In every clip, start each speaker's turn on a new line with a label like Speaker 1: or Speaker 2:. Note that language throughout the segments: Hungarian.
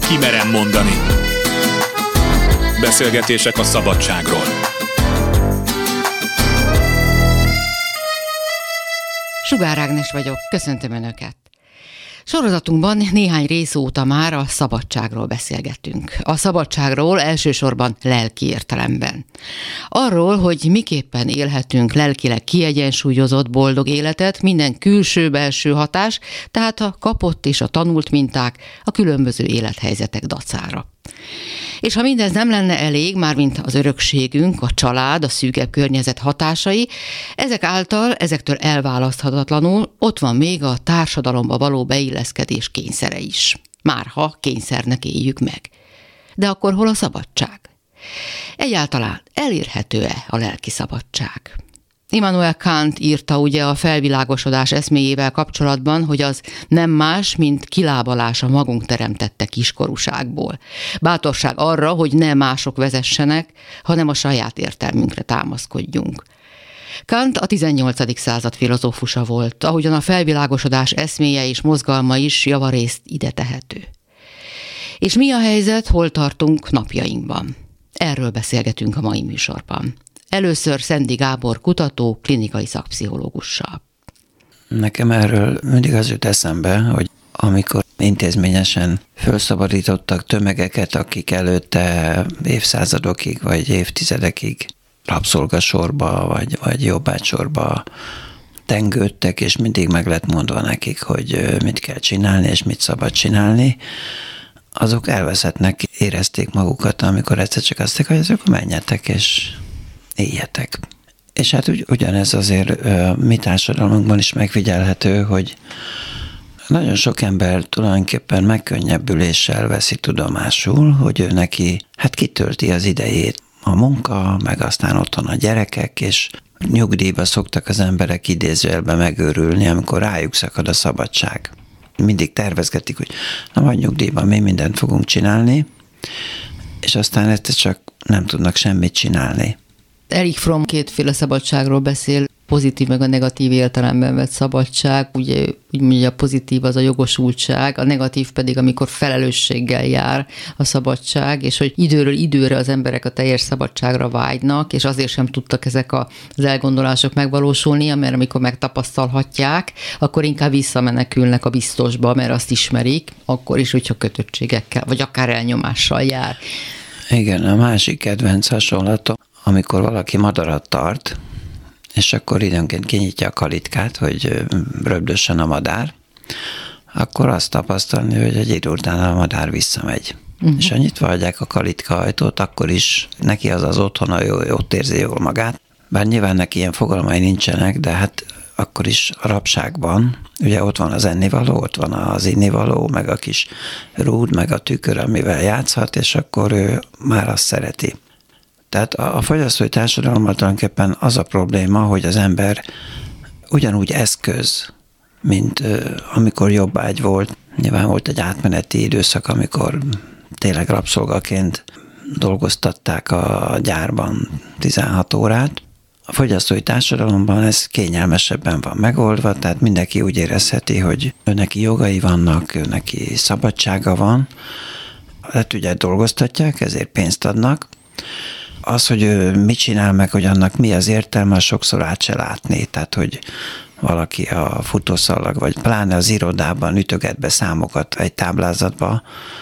Speaker 1: Kimerem mondani. Beszélgetések a szabadságról.
Speaker 2: Sugár Ágnes vagyok, köszöntöm Önöket. Sorozatunkban néhány rész óta már a szabadságról beszélgetünk. A szabadságról elsősorban lelki értelemben. Arról, hogy miképpen élhetünk lelkileg kiegyensúlyozott, boldog életet, minden külső-belső hatás, tehát a kapott és a tanult minták a különböző élethelyzetek dacára. És ha mindez nem lenne elég, mármint az örökségünk, a család, a szűkebb környezet hatásai, ezektől elválaszthatatlanul ott van még a társadalomba való beilleszkedés kényszere is. Márha kényszernek éljük meg. De akkor hol a szabadság? Egyáltalán elérhető-e a lelki szabadság? Immanuel Kant írta ugye a felvilágosodás eszméjével kapcsolatban, hogy az nem más, mint kilábalás a magunk teremtette kiskorúságból. Bátorság arra, hogy ne mások vezessenek, hanem a saját értelmünkre támaszkodjunk. Kant a 18. század filozófusa volt, ahogyan a felvilágosodás eszméje és mozgalma is javarészt ide tehető. És mi a helyzet, hol tartunk napjainkban? Erről beszélgetünk a mai műsorban. Először Szendi Gábor kutató, klinikai szakpszichológussal.
Speaker 3: Nekem erről mindig az jut eszembe, hogy amikor intézményesen felszabadítottak tömegeket, akik előtte évszázadokig vagy évtizedekig rabszolgasorba vagy jobbágysorba tengődtek, és mindig meg lett mondva nekik, hogy mit kell csinálni és mit szabad csinálni, azok elveszettnek érezték magukat, amikor egyszer csak azt mondták, hogy azok menjetek és éljetek. És hát ugyanez azért mi társadalmunkban is megfigyelhető, hogy nagyon sok ember tulajdonképpen megkönnyebbüléssel veszi tudomásul, hogy ő neki kitölti az idejét a munka, meg aztán otthon a gyerekek, és nyugdíjba szoktak az emberek idézőjelben megőrülni, amikor rájuk szakad a szabadság. Mindig tervezgetik, hogy na majd nyugdíjban mi mindent fogunk csinálni, és aztán ezt csak nem tudnak semmit csinálni.
Speaker 2: Erich Fromm kétféle szabadságról beszél, pozitív meg a negatív értelemben vett szabadság, ugye úgy mondja, a pozitív az a jogosultság, a negatív pedig, amikor felelősséggel jár a szabadság, és hogy időről időre az emberek a teljes szabadságra vágynak, és azért sem tudtak ezek az elgondolások megvalósulni, mert amikor megtapasztalhatják, akkor inkább visszamenekülnek a biztosba, mert azt ismerik, akkor is, hogyha kötöttségekkel, vagy akár elnyomással jár.
Speaker 3: Igen, a másik kedvenc hasonlatom, amikor valaki madarat tart, és akkor időnként kinyitja a kalitkát, hogy röbdössön a madár, akkor azt tapasztalni, hogy egy idő után a madár visszamegy. És ha nyitva hagyják a kalitka ajtót, akkor is neki az otthona, ott érzi jól magát. Bár nyilván neki ilyen fogalmai nincsenek, de hát akkor is a rabságban, ugye ott van az ennivaló, ott van az innivaló, meg a kis rúd, meg a tükör, amivel játszhat, és akkor ő már azt szereti. Tehát a fogyasztói társadalomban tulajdonképpen az a probléma, hogy az ember ugyanúgy eszköz, mint amikor jobbágy volt. Nyilván volt egy átmeneti időszak, amikor tényleg rabszolgaként dolgoztatták a gyárban 16 órát. A fogyasztói társadalomban ez kényelmesebben van megoldva, tehát mindenki úgy érezheti, hogy neki jogai vannak, neki szabadsága van. Hát ugye dolgoztatják, ezért pénzt adnak. Az, hogy ő mit csinál meg, hogy annak mi az értelme, sokszor át se látni. Tehát, hogy valaki a futószalag, vagy pláne az irodában ütöget be számokat egy táblázatba,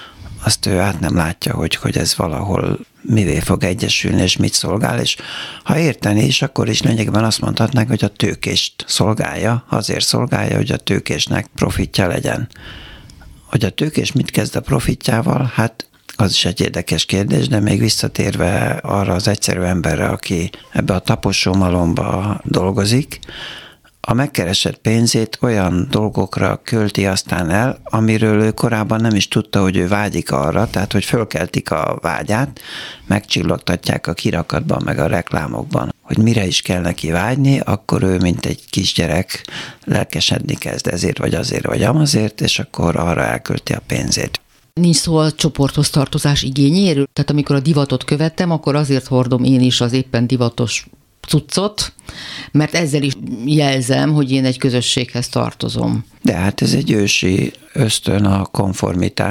Speaker 3: azt ő át nem látja, hogy ez valahol mivé fog egyesülni, és mit szolgál, és ha érteni is, akkor is lényegben azt mondhatnánk, hogy a tőkést szolgálja, azért szolgálja, hogy a tőkésnek profitja legyen. Hogy a tőkés mit kezd a profitjával, hát az is egy érdekes kérdés, de még visszatérve arra az egyszerű emberre, aki ebbe a taposómalomba dolgozik, a megkeresett pénzét olyan dolgokra költi aztán el, amiről ő korábban nem is tudta, hogy ő vágyik arra, tehát hogy fölkeltik a vágyát, megcsillogtatják a kirakatban, meg a reklámokban, hogy mire is kell neki vágyni, akkor ő, mint egy kisgyerek, lelkesedni kezd ezért, vagy azért, vagy amazért, és akkor arra elkölti a pénzét.
Speaker 2: Nincs szó a csoporthoz tartozás igényéről? Tehát amikor a divatot követtem, akkor azért hordom én is az éppen divatos cuccot, mert ezzel is jelzem, hogy én egy közösséghez tartozom.
Speaker 3: De hát ez egy ősi ösztön, a konformitás,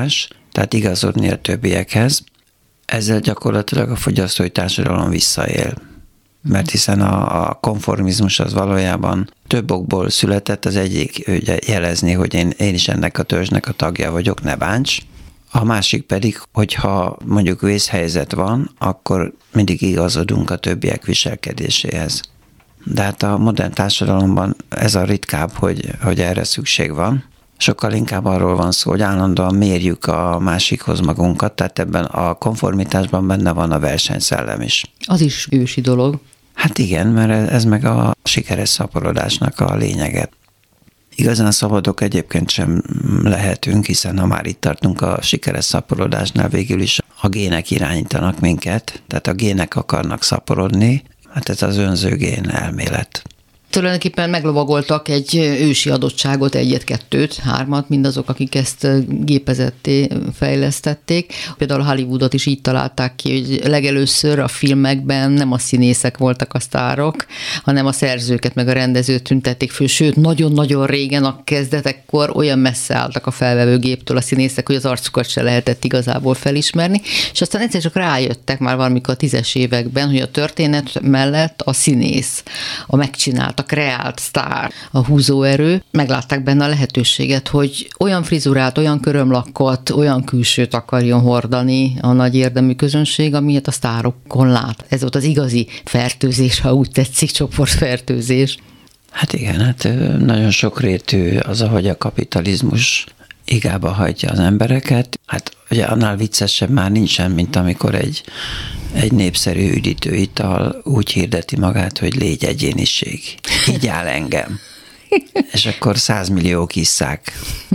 Speaker 3: tehát igazodni a többiekhez. Ezzel gyakorlatilag a fogyasztói társadalom visszaél. Mert hiszen a konformizmus az valójában több okból született, az egyik ugye jelezni, hogy én is ennek a törzsnek a tagja vagyok, ne bánts. A másik pedig, hogyha mondjuk vészhelyzet van, akkor mindig igazodunk a többiek viselkedéséhez. De hát a modern társadalomban ez a ritkább, hogy erre szükség van. Sokkal inkább arról van szó, hogy állandóan mérjük a másikhoz magunkat, tehát ebben a konformitásban benne van a versenyszellem is.
Speaker 2: Az is ősi dolog.
Speaker 3: Hát igen, mert ez meg a sikeres szaporodásnak a lényege. Igazán szabadok egyébként sem lehetünk, hiszen ha már itt tartunk a sikeres szaporodásnál, végül is a gének irányítanak minket, tehát a gének akarnak szaporodni, hát ez az önző gén elmélet.
Speaker 2: Tulajdonképpen meglovagoltak egy ősi adottságot, egyet, kettőt, hármat, mindazok, akik ezt gépezetté fejlesztették. Például Hollywoodot is így találták ki, hogy legelőször a filmekben nem a színészek voltak a sztárok, hanem a szerzőket meg a rendezőt tüntették föl, sőt, nagyon-nagyon régen a kezdetekkor olyan messze álltak a felvevőgéptől a színészek, hogy az arcukat se lehetett igazából felismerni, és aztán egyszer csak rájöttek már valamikor a 10-es években, hogy a történet mellett a színész, a megcsinált, a kreált sztár, a húzóerő, meglátták benne a lehetőséget, hogy olyan frizurát, olyan körömlakkot, olyan külsőt akarjon hordani a nagy érdemű közönség, amilyet a sztárokon lát. Ez volt az igazi fertőzés, ha úgy tetszik, csoportfertőzés.
Speaker 3: Hát igen, hát nagyon sokrétű az, ahogy a kapitalizmus igába hagyja az embereket. Hát ugye annál viccesebb már nincsen, mint amikor egy népszerű üdítőital úgy hirdeti magát, hogy légy egyéniség. Így áll engem. És akkor 100 milliók isszák.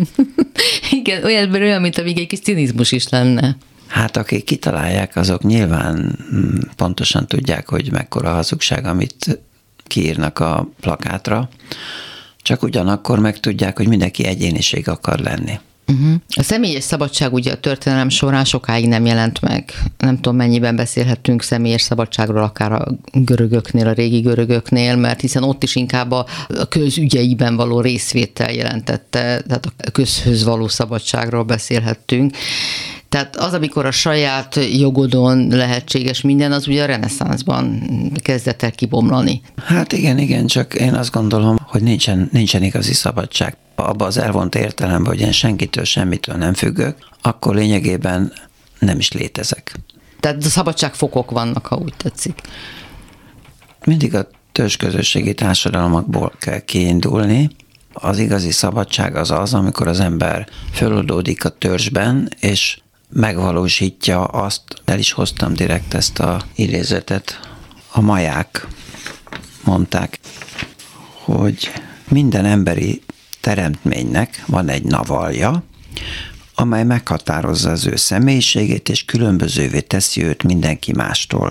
Speaker 2: Igen, olyan, mint amíg egy kis cinizmus is lenne.
Speaker 3: Hát akik kitalálják, azok nyilván pontosan tudják, hogy mekkora hazugság, amit kiírnak a plakátra, csak ugyanakkor megtudják, hogy mindenki egyéniség akar lenni.
Speaker 2: A személyes szabadság ugye a történelem során sokáig nem jelent meg. Nem tudom, mennyiben beszélhetünk személyes szabadságról, akár a görögöknél, a régi görögöknél, mert hiszen ott is inkább a közügyeiben való részvétel jelentette, tehát a közhöz való szabadságról beszélhettünk. Tehát az, amikor a saját jogodon lehetséges minden, az ugye a reneszánszban kezdett el kibomlani.
Speaker 3: Hát igen, csak én azt gondolom, hogy nincsen igazi szabadság. Abba az elvont értelemben, hogy én senkitől, semmitől nem függök, akkor lényegében nem is létezek.
Speaker 2: Tehát a szabadságfokok vannak, ha úgy tetszik.
Speaker 3: Mindig a törzsközösségi társadalmakból kell kiindulni. Az igazi szabadság az, amikor az ember föloldódik a törzsben, és megvalósítja azt, el is hoztam direkt ezt a idézetet, a maják mondták, hogy minden emberi teremtménynek van egy navalja, amely meghatározza az ő személyiségét, és különbözővé teszi őt mindenki mástól.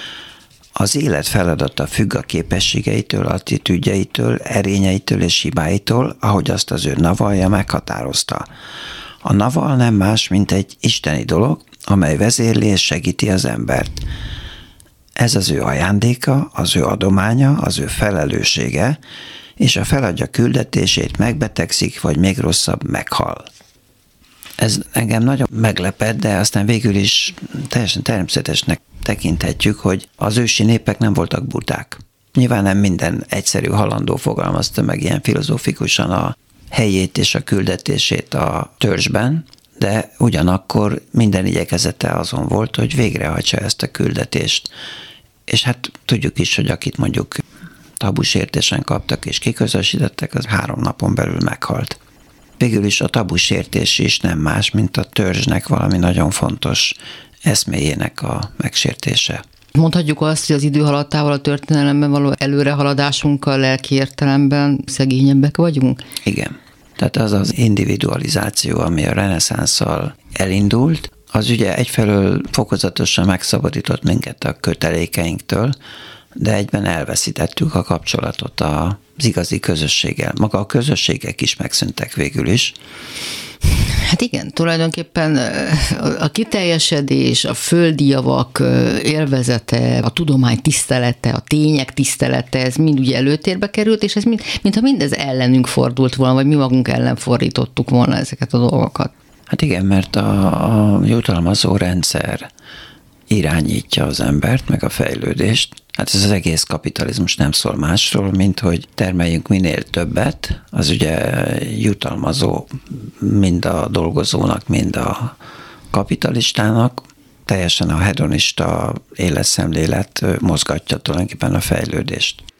Speaker 3: Az élet feladata függ a képességeitől, attitűdjeitől, erényeitől és hibáitól, ahogy azt az ő navalja meghatározta. A naval nem más, mint egy isteni dolog, amely vezérli és segíti az embert. Ez az ő ajándéka, az ő adománya, az ő felelőssége, és ha feladja küldetését, megbetegszik, vagy még rosszabb, meghal. Ez engem nagyon meglepett, de aztán végül is teljesen természetesnek tekinthetjük, hogy az ősi népek nem voltak buták. Nyilván nem minden egyszerű halandó fogalmazta meg ilyen filozófikusan a helyét és a küldetését a törzsben, de ugyanakkor minden igyekezete azon volt, hogy végrehajtsa ezt a küldetést. És hát tudjuk is, hogy akit mondjuk tabusértésen kaptak és kiközösítettek, az 3 napon belül meghalt. Végül is a tabusértés is nem más, mint a törzsnek valami nagyon fontos eszméjének a megsértése.
Speaker 2: Mondhatjuk azt, hogy az idő haladtával a történelemben való előrehaladásunkkal lelki értelemben szegényebbek vagyunk?
Speaker 3: Igen. Tehát az az individualizáció, ami a reneszánsszal elindult, az ugye egyfelől fokozatosan megszabadított minket a kötelékeinktől, de egyben elveszítettük a kapcsolatot az igazi közösséggel. Maga a közösségek is megszűntek végül is.
Speaker 2: Hát igen, tulajdonképpen a kiteljesedés, a földi javak élvezete, a tudomány tisztelete, a tények tisztelete, ez mind ugye előtérbe került, és ez mintha mindez ellenünk fordult volna, vagy mi magunk ellen fordítottuk volna ezeket a dolgokat.
Speaker 3: Hát igen, mert a jutalmazó rendszer irányítja az embert, meg a fejlődést. Hát ez az egész kapitalizmus nem szól másról, mint hogy termeljünk minél többet, az ugye jutalmazó mind a dolgozónak, mind a kapitalistának, teljesen a hedonista életszemlélet mozgatja tulajdonképpen a fejlődést.